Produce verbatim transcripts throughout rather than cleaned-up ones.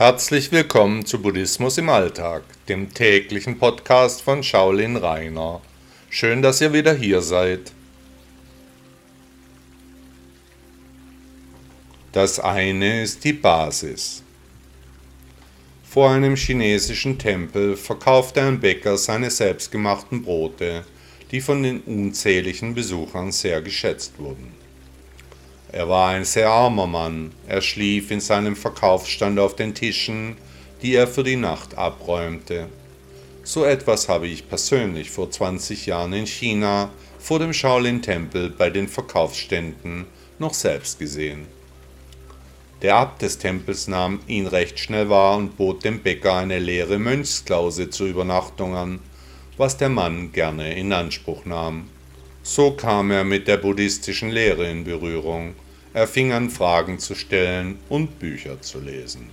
Herzlich willkommen zu Buddhismus im Alltag, dem täglichen Podcast von Shaolin Rainer. Schön, dass ihr wieder hier seid. Das eine ist die Basis. Vor einem chinesischen Tempel verkaufte ein Bäcker seine selbstgemachten Brote, die von den unzähligen Besuchern sehr geschätzt wurden. Er war ein sehr armer Mann, er schlief in seinem Verkaufsstand auf den Tischen, die er für die Nacht abräumte. So etwas habe ich persönlich vor zwanzig Jahren in China vor dem Shaolin-Tempel bei den Verkaufsständen noch selbst gesehen. Der Abt des Tempels nahm ihn recht schnell wahr und bot dem Bäcker eine leere Mönchsklause zur Übernachtung an, was der Mann gerne in Anspruch nahm. So kam er mit der buddhistischen Lehre in Berührung. Er fing an, Fragen zu stellen und Bücher zu lesen.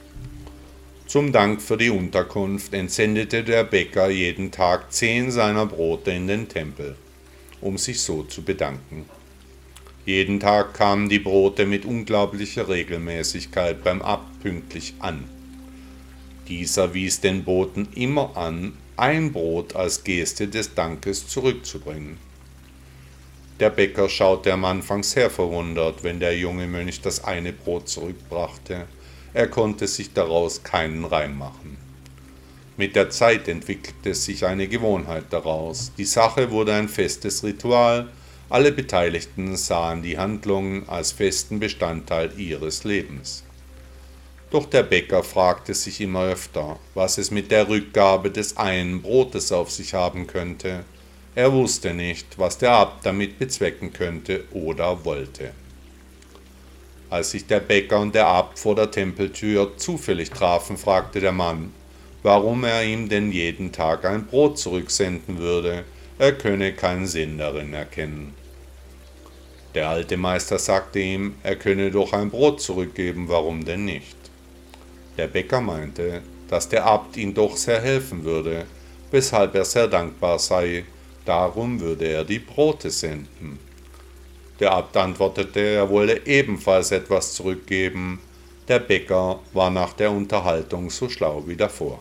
Zum Dank für die Unterkunft entsendete der Bäcker jeden Tag zehn seiner Brote in den Tempel, um sich so zu bedanken. Jeden Tag kamen die Brote mit unglaublicher Regelmäßigkeit beim Abt pünktlich an. Dieser wies den Boten immer an, ein Brot als Geste des Dankes zurückzubringen. Der Bäcker schaute am Anfang sehr verwundert, wenn der junge Mönch das eine Brot zurückbrachte. Er konnte sich daraus keinen Reim machen. Mit der Zeit entwickelte sich eine Gewohnheit daraus. Die Sache wurde ein festes Ritual. Alle Beteiligten sahen die Handlungen als festen Bestandteil ihres Lebens. Doch der Bäcker fragte sich immer öfter, was es mit der Rückgabe des einen Brotes auf sich haben könnte. Er wusste nicht, was der Abt damit bezwecken könnte oder wollte. Als sich der Bäcker und der Abt vor der Tempeltür zufällig trafen, fragte der Mann, warum er ihm denn jeden Tag ein Brot zurücksenden würde, er könne keinen Sinn darin erkennen. Der alte Meister sagte ihm, er könne doch ein Brot zurückgeben, warum denn nicht? Der Bäcker meinte, dass der Abt ihm doch sehr helfen würde, weshalb er sehr dankbar sei, darum würde er die Brote senden. Der Abt antwortete, er wolle ebenfalls etwas zurückgeben. Der Bäcker war nach der Unterhaltung so schlau wie davor.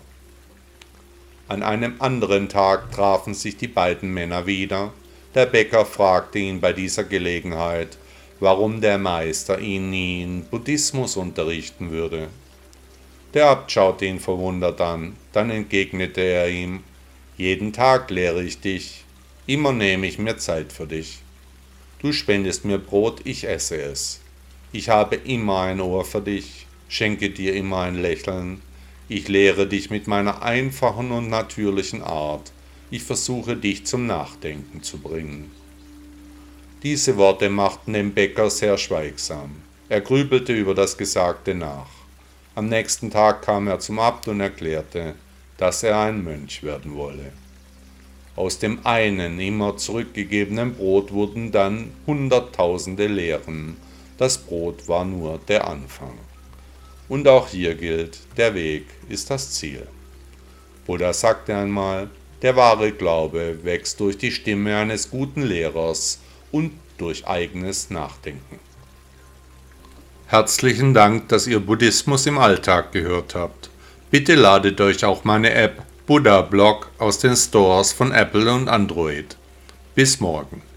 An einem anderen Tag trafen sich die beiden Männer wieder. Der Bäcker fragte ihn bei dieser Gelegenheit, warum der Meister ihn nie in Buddhismus unterrichten würde. Der Abt schaute ihn verwundert an, dann entgegnete er ihm, jeden Tag lehre ich dich, immer nehme ich mir Zeit für dich. Du spendest mir Brot, ich esse es. Ich habe immer ein Ohr für dich, schenke dir immer ein Lächeln. Ich lehre dich mit meiner einfachen und natürlichen Art. Ich versuche dich zum Nachdenken zu bringen. Diese Worte machten den Bäcker sehr schweigsam. Er grübelte über das Gesagte nach. Am nächsten Tag kam er zum Abt und erklärte, dass er ein Mönch werden wolle. Aus dem einen immer zurückgegebenen Brot wurden dann Hunderttausende Lehren. Das Brot war nur der Anfang. Und auch hier gilt, der Weg ist das Ziel. Buddha sagte einmal, der wahre Glaube wächst durch die Stimme eines guten Lehrers und durch eigenes Nachdenken. Herzlichen Dank, dass ihr Buddhismus im Alltag gehört habt. Bitte ladet euch auch meine App Buddha Blog aus den Stores von Apple und Android. Bis morgen.